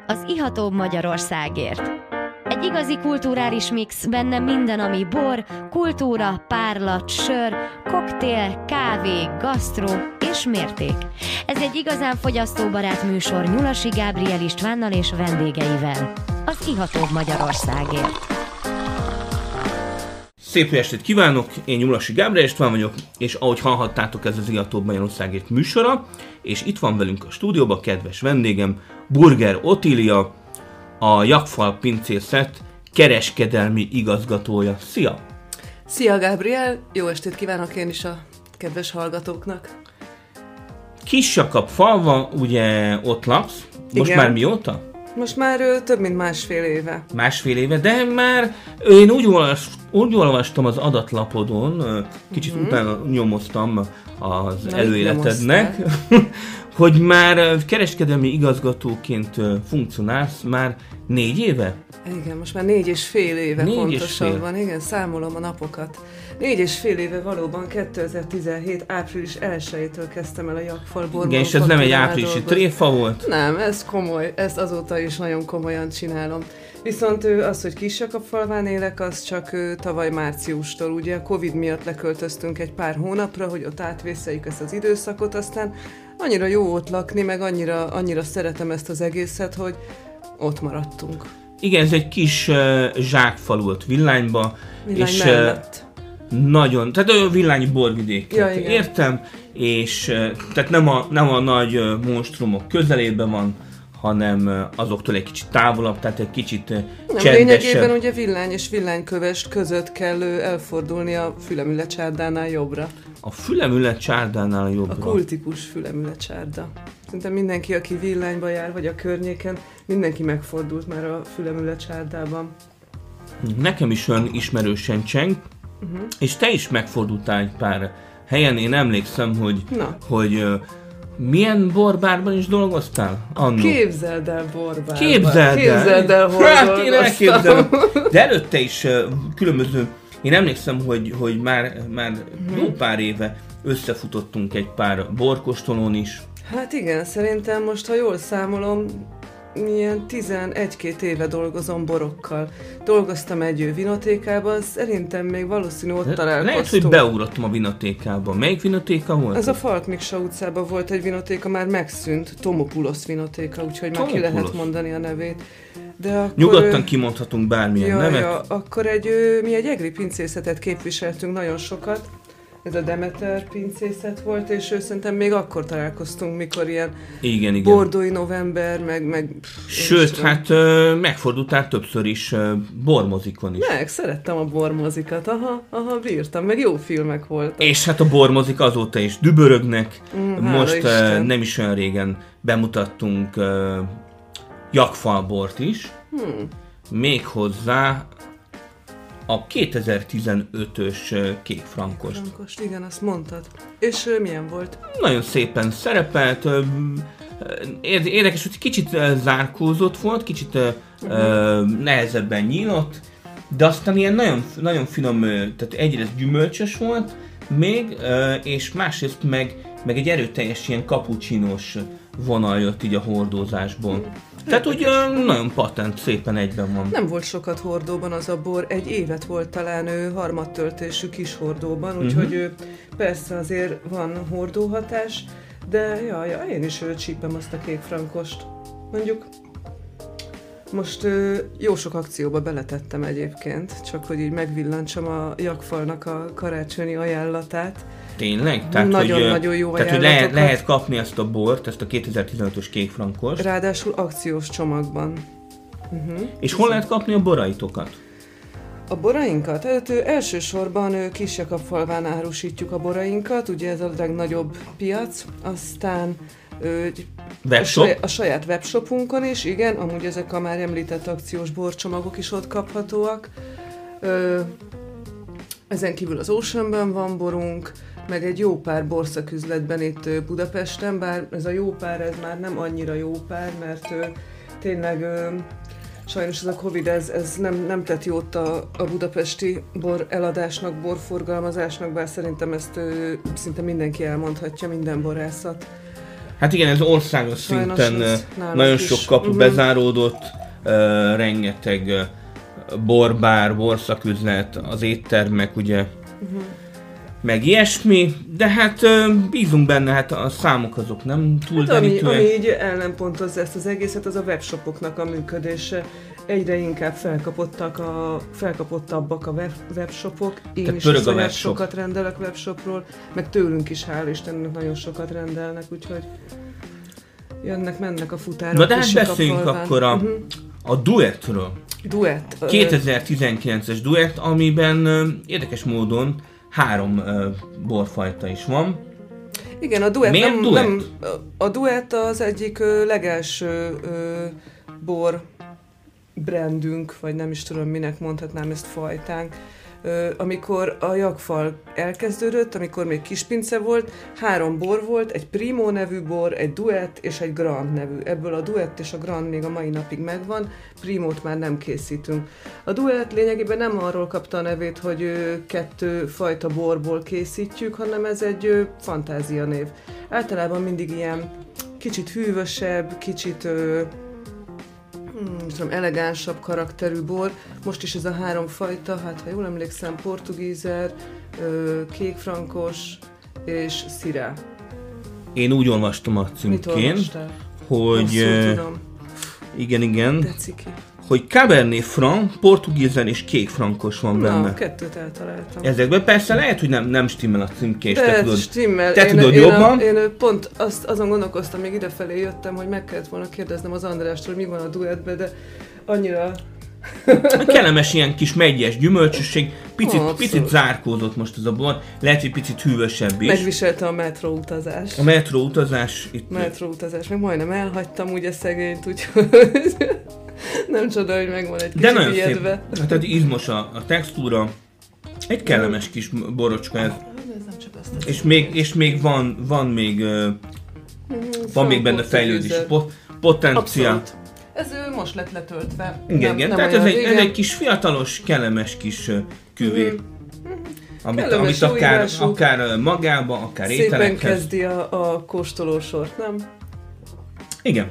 az ihatóbb Magyarországért. Egy igazi kulturális mix, benne minden, ami bor, kultúra, párlat, sör, koktél, kávé, gasztró és mérték. Ez egy igazán fogyasztóbarát műsor Nyulasi Gábriel Istvánnal és vendégeivel. Az ihatóbb Magyarországért. Szép jó estét kívánok, én Nyulasi Gábriel István vagyok, és ahogy hallhattátok, ez az ihatóbb Magyarországért műsora, és itt van velünk a stúdióban kedves vendégem, Burger Otília, a Jakfal Pincészet kereskedelmi igazgatója. Szia! Szia Gábriel, jó estét kívánok én is a kedves hallgatóknak. Kisjakabfalva, ugye ott laksz, most Igen. már mióta? Most már több mint másfél éve. Másfél éve, de már én úgy olvastam az adatlapodon, kicsit utána nyomoztam az előéletednek, hogy már kereskedelmi igazgatóként funkcionálsz már 4 éve? Igen, most már 4,5 éve pontosabban, igen, számolom a napokat. 4,5 éve valóban 2017. április 1-től kezdtem el a Jakfalborban. Igen, és ez nem egy áprilisi tréfa volt? Nem, ez komoly, ezt azóta is nagyon komolyan csinálom. Viszont az, hogy Kisjakabfalván élek, az csak tavaly márciustól. Ugye a Covid miatt leköltöztünk egy pár hónapra, hogy ott átvészeljük ezt az időszakot, aztán annyira jó ott lakni, meg annyira szeretem ezt az egészet, hogy ott maradtunk. Igen, ez egy kis zsákfalu volt Villányba. Villány és mellett. Nagyon, tehát a Villányi borvidéket értem, és tehát nem a nagy monstrumok közelében van, hanem azoktól egy kicsit távolabb, tehát egy kicsit csendesebb. Lényegében ugye Villány és Villánykövesd között kell elfordulni a Fülemüle-csárdánál jobbra. A Fülemüle-csárdánál jobbra? A kultikus Fülemüle-csárda. Szerintem mindenki, aki Villányba jár, vagy a környéken, mindenki megfordult már a Fülemüle-csárdában. Nekem is olyan ismerősen cseng, és te is megfordultál egy pár helyen. Én emlékszem, hogy milyen borbárban is dolgoztál annó? Képzeld el borbárban. Képzeld el, hol hát én elképzelem. dolgoztam. De előtte is különböző, én emlékszem, hogy már jó pár éve összefutottunk egy pár borkóstolón is. Hát igen, szerintem most, ha jól számolom, ilyen 11-2 éve dolgozom borokkal. Dolgoztam egy vinotékában, szerintem még valószínű ott találkoztunk. Lehet, hogy beugrottam a vinotékába. Melyik vinotéka volt? Ez a Falk Miksa utcában volt egy vinotéka, már megszűnt, Tomopulos vinotéka, úgyhogy már ki lehet mondani a nevét. De akkor, nyugodtan kimondhatunk bármilyen nevet. Ja, akkor mi egy egri pincészetet képviseltünk nagyon sokat. Ez a Demeter pincészet volt, és szerintem még akkor találkoztunk, mikor ilyen igen. bordói november, meg sőt, hát megfordultál többször is bormozikon is. Szerettem a bormozikat, aha, bírtam, meg jó filmek voltak. És hát a bormozik azóta is dübörögnek. Most nem is olyan régen bemutattunk Jakfalbort is, méghozzá a 2015-ös kékfrankost. Igen, azt mondtad. És milyen volt? Nagyon szépen szerepelt, érdekes, hogy kicsit zárkózott volt, kicsit nehezebben nyílott, de aztán ilyen nagyon, nagyon finom, tehát egyrészt gyümölcsös volt még, és másrészt meg egy erőteljes ilyen kapucsinos vonal jött így a hordózásból. Tehát úgy nagyon patent, szépen egyben van. Nem volt sokat hordóban az a bor, 1 évet volt talán harmadtöltésű kis hordóban, úgyhogy persze azért van hordóhatás, de én is csípem azt a kékfrankost. Mondjuk most jó sok akcióba beletettem egyébként, csak hogy így megvillantsam a Jakfalnak a karácsonyi ajánlatát. Tényleg? Tehát, nagyon jó tehát, ajánlatokat. hogy lehet kapni ezt a bort, ezt a 2015-ös kékfrankost. Ráadásul akciós csomagban. És hol lehet kapni a boraitokat? A borainkat? Hát elsősorban Kisjakabfalván árusítjuk a borainkat, ugye ez a legnagyobb piac, aztán a saját webshopunkon is, igen, amúgy ezek a már említett akciós borcsomagok is ott kaphatóak. Ezen kívül az Oceanben van borunk, meg egy jó pár borszaküzletben itt Budapesten, bár ez a jó pár, ez már nem annyira jó pár, mert tényleg sajnos ez a Covid, ez nem tett jót a budapesti bor eladásnak, borforgalmazásnak, bár szerintem ezt szinte mindenki elmondhatja, minden borászat. Hát igen, ez országos szinten nagyon sok kapu bezáródott, rengeteg borbár, borszaküzlet, az éttermek, ugye, meg ilyesmi, de hát bízunk benne, hát a számok azok nem túl derítőek. Ami így ellenpontozza ezt az egészet, az a webshopoknak a működése. Egyre inkább felkapottabbak a webshopok. Én is nagyon sokat rendelek webshopról, meg tőlünk is, hál' Istennek, nagyon sokat rendelnek, úgyhogy jönnek-mennek a futárok. Na de hát beszéljünk akkor a duettről. Duett. 2019-es duett, amiben érdekes módon 3 borfajta is van. Igen, a duett Miért duett? A duett az egyik legelső bor brandünk, vagy nem is tudom, minek mondhatnám ezt, fajtánk. Amikor a Jagdfal elkezdődött, amikor még kispince volt, 3 bor volt, egy Primo nevű bor, egy Duett és egy Grand nevű. Ebből a Duett és a Grand még a mai napig megvan, Primót már nem készítünk. A Duett lényegében nem arról kapta a nevét, hogy 2 fajta borból készítjük, hanem ez egy fantázia név. Általában mindig ilyen kicsit hűvösebb, kicsit elegánsabb karakterű bor. Most is ez a 3 fajta, hát ha jól emlékszem, portugízer, kékfrankos és szirá. Én úgy olvastam a címkén, hogy igen, hogy Cabernet Franc, portugízer és kékfrankos van benne. Na, 2 eltaláltam. Ezekben persze lehet, hogy nem stimmel a címkés, te tudod, stimmel. Te tudod jobban. Én pont azon gondolkoztam, még idefelé jöttem, hogy meg kellett volna kérdeznem az Andrástól, hogy mi van a duettben, de annyira... Kellemes ilyen kis megyes gyümölcsösség, picit zárkózott most ez a bor, lehet, hogy picit hűvösebb is. Megviselte a metróutazás. A metróutazás itt. Metróutazás, meg majdnem elhagytam ugye szegényt, úgyhogy nem csoda, hogy megvan egy kicsit ijedve. Hát tehát izmos a textúra, egy kellemes kis borocska ez. És még van még benne fejlődés potenciál. Abszolút. Ez most lett letöltve. Igen, tehát ez egy kis fiatalos, kellemes kis küvé. Amit akár magába, akár ételekhez. Szépen kezdi a kóstolósort, nem? Igen.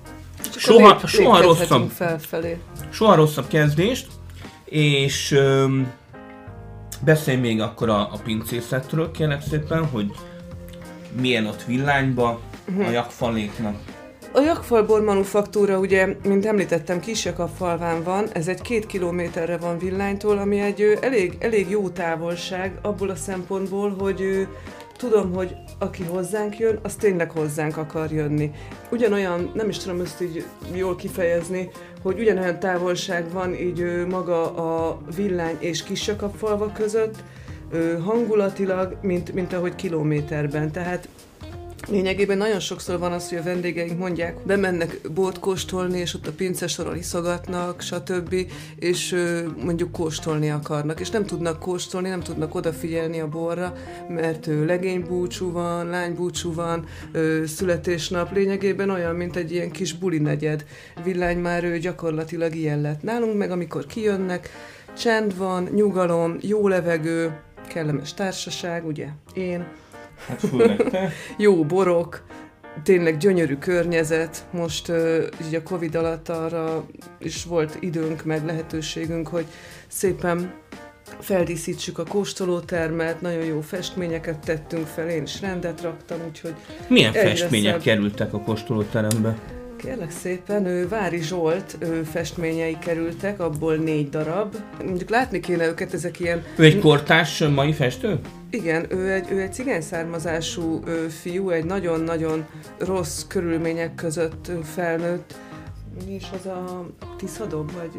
Soha rosszabb kezdést, és beszélj még akkor a pincészetről, kérlek szépen, hogy milyen ott Villányba a Jagdfaléknak. A Jagdfal bormanufaktúra, ugye, mint említettem, Kisjakabfalván van, ez egy 2 kilométerre van Villánytól, ami egy elég jó távolság abból a szempontból, hogy tudom, hogy aki hozzánk jön, az tényleg hozzánk akar jönni. Ugyanolyan, nem is tudom ezt így jól kifejezni, hogy ugyanolyan távolság van így maga a Villány és Kisjakabfalva között, hangulatilag, mint ahogy kilométerben. Tehát lényegében nagyon sokszor van az, hogy a vendégeink mondják, bemennek bort kóstolni, és ott a pincesoron iszogatnak, stb. És mondjuk kóstolni akarnak, és nem tudnak kóstolni, nem tudnak odafigyelni a borra, mert legénybúcsú van, lánybúcsú van, születésnap, lényegében olyan, mint egy ilyen kis buli negyed. Villány már gyakorlatilag ilyen lett. Nálunk meg, amikor kijönnek, csend van, nyugalom, jó levegő, kellemes társaság, ugye, én. Hát főleg te. Jó borok, tényleg gyönyörű környezet. Most így a Covid alatt arra is volt időnk, meg lehetőségünk, hogy szépen feldíszítsük a kóstolótermet, nagyon jó festményeket tettünk fel, én is rendet raktam, úgyhogy... Milyen festmények kerültek a kóstolóterembe? Kérlek szépen, Vári Zsolt festményei kerültek, abból 4 darab. Mondjuk látni kéne őket, ezek ilyen... Ő egy kortárs mai festő? Igen, ő egy cigány származású fiú, egy nagyon-nagyon rossz körülmények között felnőtt. Mi is az a Tiszadob, vagy...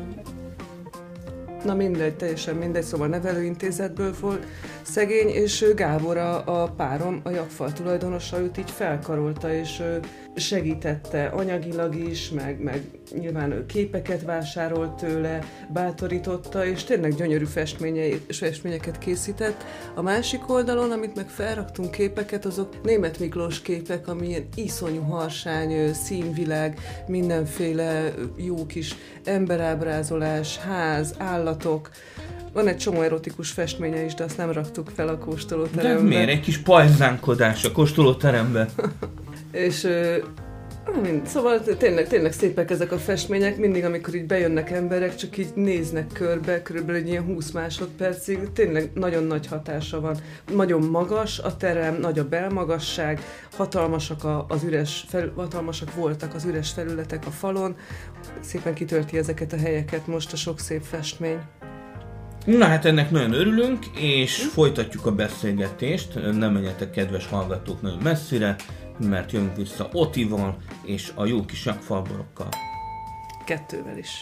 Na mindegy, teljesen mindegy, szóval nevelőintézetből volt szegény, és Gábor a párom, a Jagdfal tulajdonosa, őt így felkarolta, és segítette anyagilag is, meg nyilván ő képeket vásárolt tőle, bátorította, és tényleg gyönyörű festményeket készített. A másik oldalon, amit meg felraktunk képeket, azok Németh Miklós képek, ami ilyen iszonyú harsány, színvilág, mindenféle jó kis emberábrázolás, ház, állatok. Van egy csomó erotikus festménye is, de azt nem raktuk fel a kóstolóterembe. De miért? Egy kis pajzánkodás a kóstolóterembe? És szóval tényleg szépek ezek a festmények, mindig amikor így bejönnek emberek, csak így néznek körbe, körülbelül egy ilyen 20 másodpercig, tényleg nagyon nagy hatása van. Nagyon magas a terem, nagy a belmagasság, hatalmasak hatalmasak voltak az üres felületek a falon, szépen kitölti ezeket a helyeket most a sok szép festmény. Na hát ennek nagyon örülünk, és folytatjuk a beszélgetést, nem menjetek kedves hallgatók nagyon messzire, mert jövünk vissza Otival és a jó kis jakfalborokkal. 2-vel is.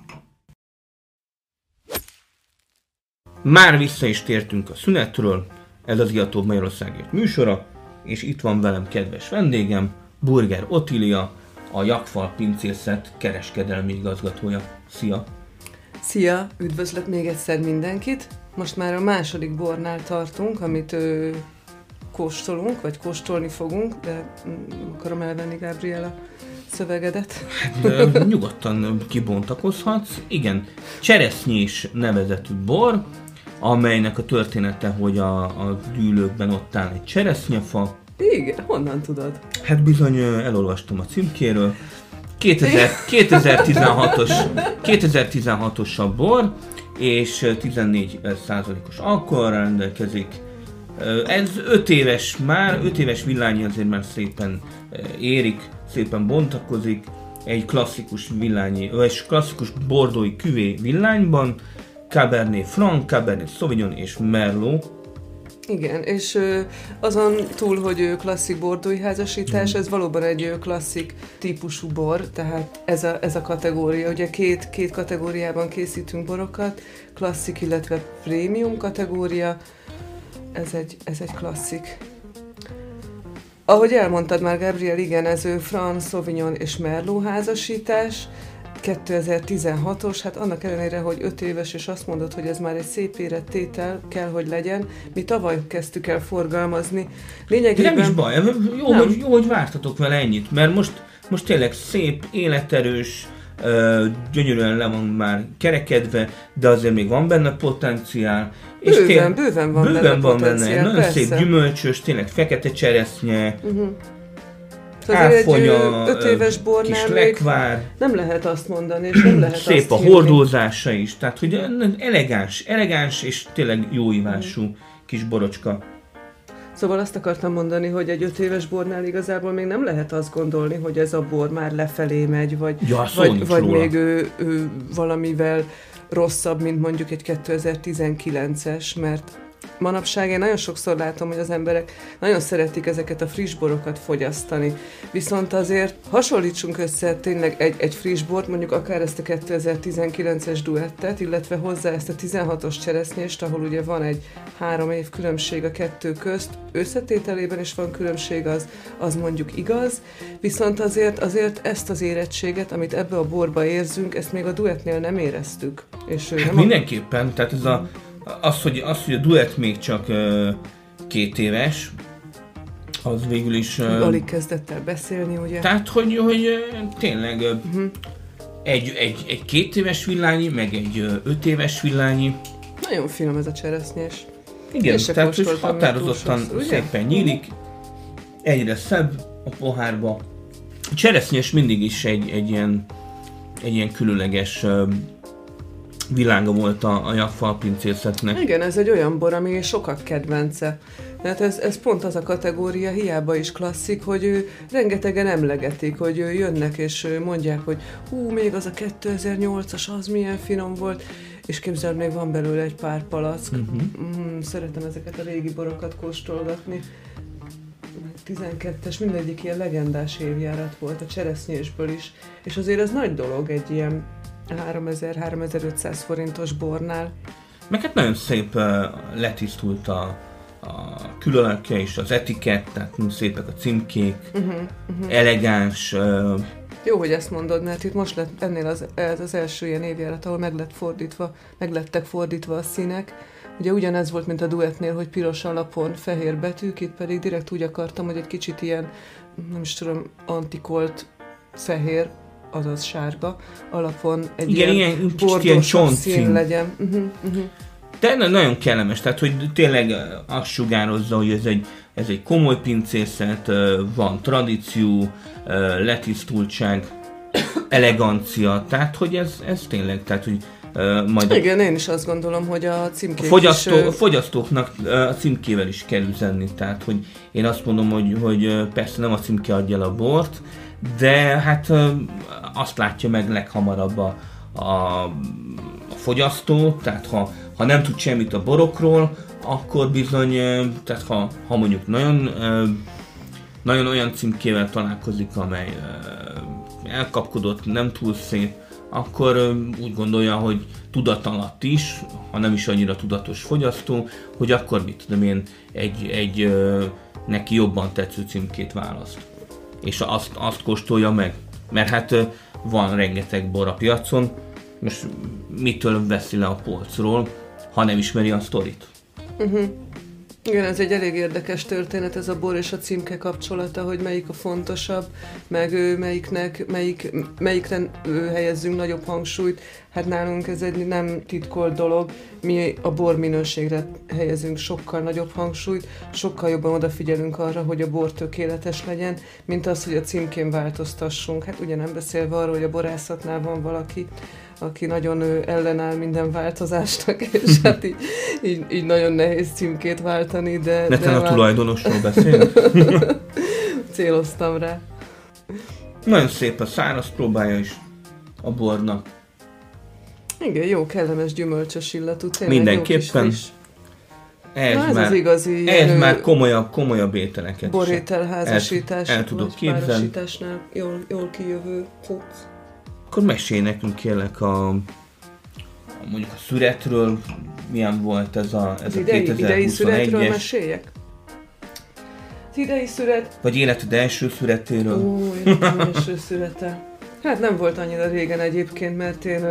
Már vissza is tértünk a szünetről, ez az Iatóbb Magyarországért műsora, és itt van velem kedves vendégem, Burger Otília, a Jakfal Pincészet kereskedelmi igazgatója. Szia! Szia! Üdvözlök még egyszer mindenkit! Most már a második bornál tartunk, amit kóstolunk, vagy kóstolni fogunk, de akarom elvenni, Gabriela, szövegedet. Hát, nyugodtan kibontakozhatsz. Igen, cseresznyés nevezetű bor, amelynek a története, hogy a dűlőkben ott áll egy cseresznyefa. Igen, honnan tudod? Hát bizony elolvastam a címkéről. 2016-os a bor, és 14%-os alkoholra rendelkezik. Ez 5 éves már, 5 éves villányi azért már szépen érik, szépen bontakozik. Egy klasszikus villányi, vagy klasszikus bordói küvé villányban, Cabernet Franc, Cabernet Sauvignon és Merlot. Igen, és azon túl, hogy klasszik bordói házasítás, ez valóban egy klasszik típusú bor, tehát ez a kategória. Ugye két kategóriában készítünk borokat, klasszik, illetve prémium kategória, ez egy klasszik. Ahogy elmondtad már, Gabriel, igen, ez Franc, Sauvignon és Merlot házasítás, 2016-os, hát annak ellenére, hogy 5 éves, és azt mondod, hogy ez már egy szép érett tétel kell, hogy legyen. Mi tavaly kezdtük el forgalmazni. Lényegében... Nem is baj, jó, hogy vártatok vele ennyit, mert most tényleg szép, életerős, gyönyörűen le van már kerekedve, de azért még van benne potenciál. Bőven van benne. Nagyon szép gyümölcsös, tényleg fekete cseresznye, áfonya, 5 éves bornál kis lekvár. Nem lehet azt mondani, és nem lehet szép azt a hordózása is, tehát hogy elegáns és tényleg jó ívású kis borocska. Szóval azt akartam mondani, hogy egy 5 éves bornál igazából még nem lehet azt gondolni, hogy ez a bor már lefelé megy, vagy még ő valamivel rosszabb, mint mondjuk egy 2019-es, mert manapság én nagyon sokszor látom, hogy az emberek nagyon szeretik ezeket a friss borokat fogyasztani. Viszont azért hasonlítsunk össze tényleg egy friss bort, mondjuk akár ezt a 2019-es duettet, illetve hozzá ezt a 16-os cseresznyést, ahol ugye van egy 3 év különbség a kettő közt, összetételében is van különbség, az mondjuk igaz, viszont azért ezt az érettséget, amit ebbe a borba érzünk, ezt még a duettnél nem éreztük. És hát nem mindenképpen, tehát ez az, hogy a duett még csak 2 éves, az végül is... Alig kezdett el beszélni, ugye? Tehát, hogy tényleg egy 2 éves villányi, meg egy 5 éves villányi. Nagyon finom ez a cseresznyés. Igen, tehát hogy határozottan szépen nyílik, egyre szebb a pohárba. A cseresznyés mindig is egy ilyen különleges világa volt a Jakfal Pincészetnek. Igen, ez egy olyan bor, ami sokak kedvence. Tehát ez pont az a kategória, hiába is klasszik, hogy rengetegen emlegetik, hogy jönnek és mondják, hogy még az a 2008-as, az milyen finom volt, és képzeld, még van belőle egy pár palack. Szeretem ezeket a régi borokat kóstolgatni. 12-es, mindegyik ilyen legendás évjárat volt a cseresznyésből is, és azért ez nagy dolog egy ilyen 3000-3500 forintos bornál. Meg hát nagyon szép letisztult a különalakja és az etikett, tehát szépek a címkék, elegáns. Jó, hogy ezt mondod, mert itt most lett ennél az első ilyen évjárat, ahol meg lettek fordítva a színek. Ugye ugyanez volt, mint a duettnél, hogy piros alapon fehér betűk, itt pedig direkt úgy akartam, hogy egy kicsit ilyen, nem is tudom, antikolt fehér, azaz sárga alapon egy ilyen bordós szín legyen. De nagyon kellemes, tehát hogy tényleg azt sugározza, hogy ez egy komoly pincészet, van tradíció, letisztultság, elegancia, tehát hogy ez tényleg, tehát hogy majd igen, én is azt gondolom, hogy a címkék fogyasztóknak a címkével is kell üzenni, tehát hogy én azt mondom, hogy persze nem a címke adja el a bort, de hát azt látja meg leghamarabb a fogyasztó, tehát ha nem tud semmit a borokról, akkor bizony, tehát ha mondjuk nagyon olyan címkével találkozik, amely elkapkodott, nem túl szép, akkor úgy gondolja, hogy tudatalatt is, ha nem is annyira tudatos fogyasztó, hogy akkor mit tudom én, egy neki jobban tetsző címkét választ. És azt kóstolja meg. Mert hát van rengeteg bor a piacon, most mitől veszi le a polcról, ha nem ismeri a sztorit. Igen, ez egy elég érdekes történet, ez a bor és a címke kapcsolata, hogy melyik a fontosabb, meg melyikre helyezzünk nagyobb hangsúlyt. Hát nálunk ez egy nem titkolt dolog, mi a bor minőségre helyezünk sokkal nagyobb hangsúlyt, sokkal jobban odafigyelünk arra, hogy a bor tökéletes legyen, mint az, hogy a címkén változtassunk. Hát ugye nem beszélve arról, hogy a borászatnál van valaki, aki nagyon ellenáll minden változásnak, és hát így nagyon nehéz címkét váltani, de... Neten a tulajdonosról beszélünk? Céloztam rá. Nagyon szép a száraz próbája is a bornak. Igen, jó, kellemes, gyümölcsös illatú, tényleg mindenképpen. Ez az igazi... Ez már komolyabb ételeket borételházasítás, el tudok képzelni. Jól kijövő cucc. Akkor mesélj nekünk kérlek mondjuk a szüretről, milyen volt ez a 2021-es... idei szüretről meséljek? Az idei szüret... Vagy életed első szüretéről? Életem első szürete. Hát nem volt annyira régen egyébként, mert én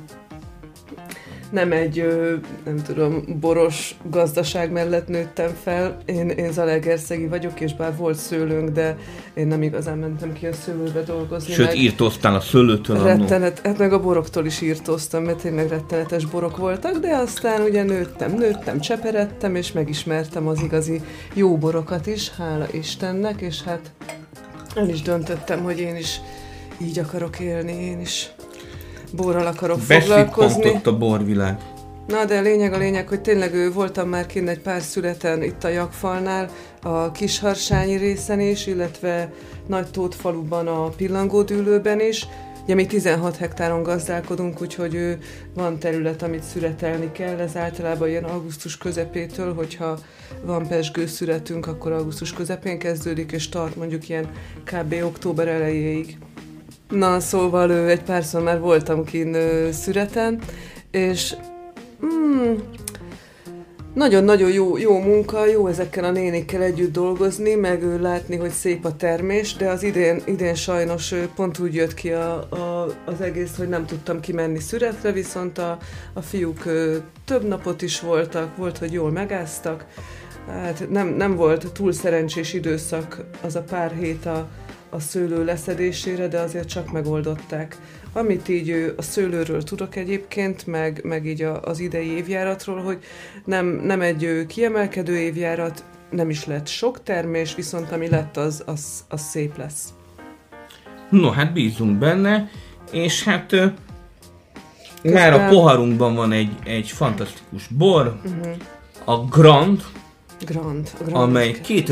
nem egy, nem tudom, boros gazdaság mellett nőttem fel. Én zalaegerszegi vagyok, és bár volt szőlőnk, de én nem igazán mentem ki a szőlőbe dolgozni. Sőt, írtóztál a szőlőtől? Hát meg a boroktól is írtóztam, mert tényleg rettenetes borok voltak, de aztán ugye nőttem, cseperedtem, és megismertem az igazi jó borokat is, hála Istennek, és hát el is döntöttem, hogy én is így akarok élni, én is borral akarok foglalkozni. Beszippantott a borvilág. Na, de a lényeg, hogy tényleg voltam már kint egy pár születen itt a Jakfalnál, a Kisharsányi részen is, illetve Nagytótfaluban a Pillangódűlőben is. Ugye mi 16 hektáron gazdálkodunk, úgyhogy van terület, amit szüretelni kell. Ez általában ilyen augusztus közepétől, hogyha van pezsgő szüretünk, akkor augusztus közepén kezdődik, és tart mondjuk ilyen kb. Október elejéig. Na, szóval egy párszor már voltam kint szüreten, és nagyon-nagyon jó munka, jó ezekkel a nénikkel együtt dolgozni, meg látni, hogy szép a termés, de az idén sajnos pont úgy jött ki az egész, hogy nem tudtam kimenni szüretre, viszont a fiúk több napot is volt, hogy jól megáztak. Hát nem volt túl szerencsés időszak az a pár hét a szőlő leszedésére, de azért csak megoldották. Amit így a szőlőről tudok egyébként, meg így az idei évjáratról, hogy nem egy kiemelkedő évjárat, nem is lett sok termés, viszont ami lett, az szép lesz. No, hát bízunk benne, és hát már a poharunkban van egy fantasztikus bor, a Grand, amely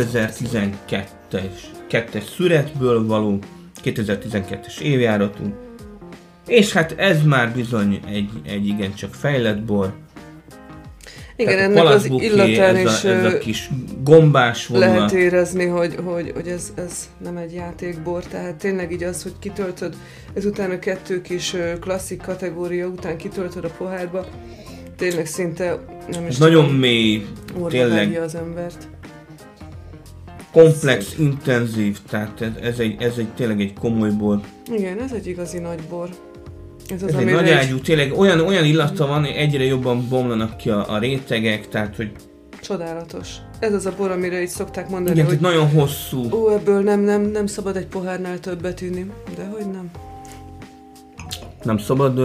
2012-es szüretből való, 2012-es évjáratú, és hát ez már bizony egy igencsak fejlett bor. Igen, ennek az illatán is ez a kis gombás vonulat. Lehet érezni, hogy ez nem egy játékbor, tehát tényleg így az, hogy kitöltöd, ezután a 2 kis klasszik kategória után kitöltöd a pohárba, tényleg szinte nem is nagyon mély, tényleg az embert. Komplex, intenzív, tehát ez egy tényleg egy komoly bor. Igen, ez egy igazi nagy bor. Ez egy nagy ágyú, tényleg olyan illata van, egyre jobban bomlanak ki a rétegek, tehát hogy... Csodálatos. Ez az a bor, amire így szokták mondani, igen, hogy nagyon hosszú. Ebből nem szabad egy pohárnál többet inni, de hogy nem. Nem szabad,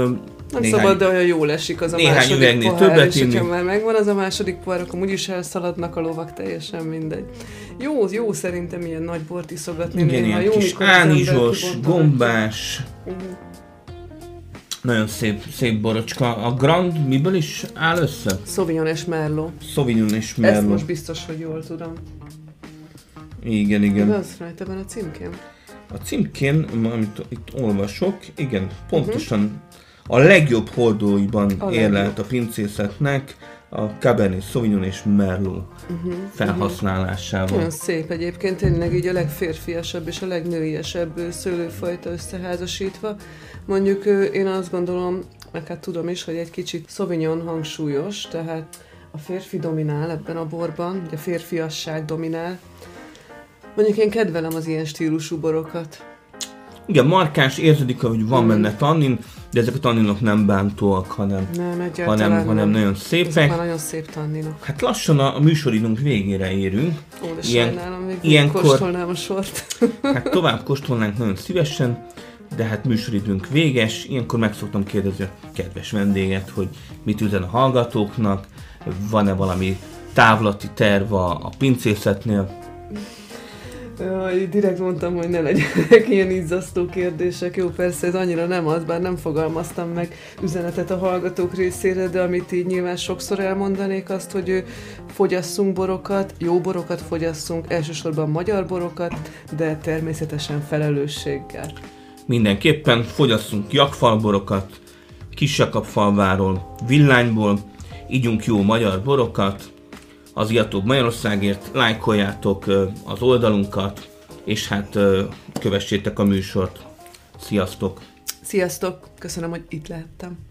Nem szabad, de olyan jól esik az a néhány második üvegnél pohár, többet és inni. hogyha már megvan az a második pohár, akkor úgyis elszaladnak a lovak, teljesen mindegy. Jó szerintem ilyen nagy bort iszogatni. Igen, ilyen jó, kis ánizsos, gombás. Nagyon szép borocska. A Grand miből is áll össze? Sauvignon és Merlot. Sauvignon és Merlot. Ezt most biztos, hogy jól tudom. Igen. De az rajta van a címkén. A címkén, amit itt olvasok, igen, pontosan a legjobb hordóiban érlelt a pincészetnek a Cabernet Sauvignon és Merlot felhasználásával. Nagyon szép egyébként, tényleg így a legférfiasabb és a legnőiesebb szőlőfajta összeházasítva. Mondjuk én azt gondolom, meg hát tudom is, hogy egy kicsit Sauvignon hangsúlyos, tehát a férfi dominál ebben a borban, ugye a férfiasság dominál. Mondjuk én kedvelem az ilyen stílusú borokat. Igen, markáns, érződik, hogy van benne tannin, de ezek a tanninok nem bántóak, hanem nagyon szépek. Ezek már nagyon szép tanninok. Hát lassan a műsoridőnk végére érünk. Ó, de sajnálom, még ilyenkor kóstolnám a sort. Hát tovább kóstolnánk nagyon szívesen, de hát műsoridőnk véges. Ilyenkor meg szoktam kérdezni a kedves vendéget, hogy mit üzen a hallgatóknak, van-e valami távlati terv a pincészetnél. Direkt mondtam, hogy ne legyenek ilyen izzasztó kérdések. Jó, persze ez annyira nem az, bár nem fogalmaztam meg üzenetet a hallgatók részére, de amit így nyilván sokszor elmondanék azt, hogy fogyasszunk borokat, jó borokat fogyasszunk, elsősorban magyar borokat, de természetesen felelősséggel. Mindenképpen fogyasszunk jakfalborokat, Kisjakabfalváról, Villányból, ígyunk jó magyar borokat, az Iatóbb Magyarországért, lájkoljátok az oldalunkat, és hát kövessétek a műsort. Sziasztok! Sziasztok! Köszönöm, hogy itt lehettem.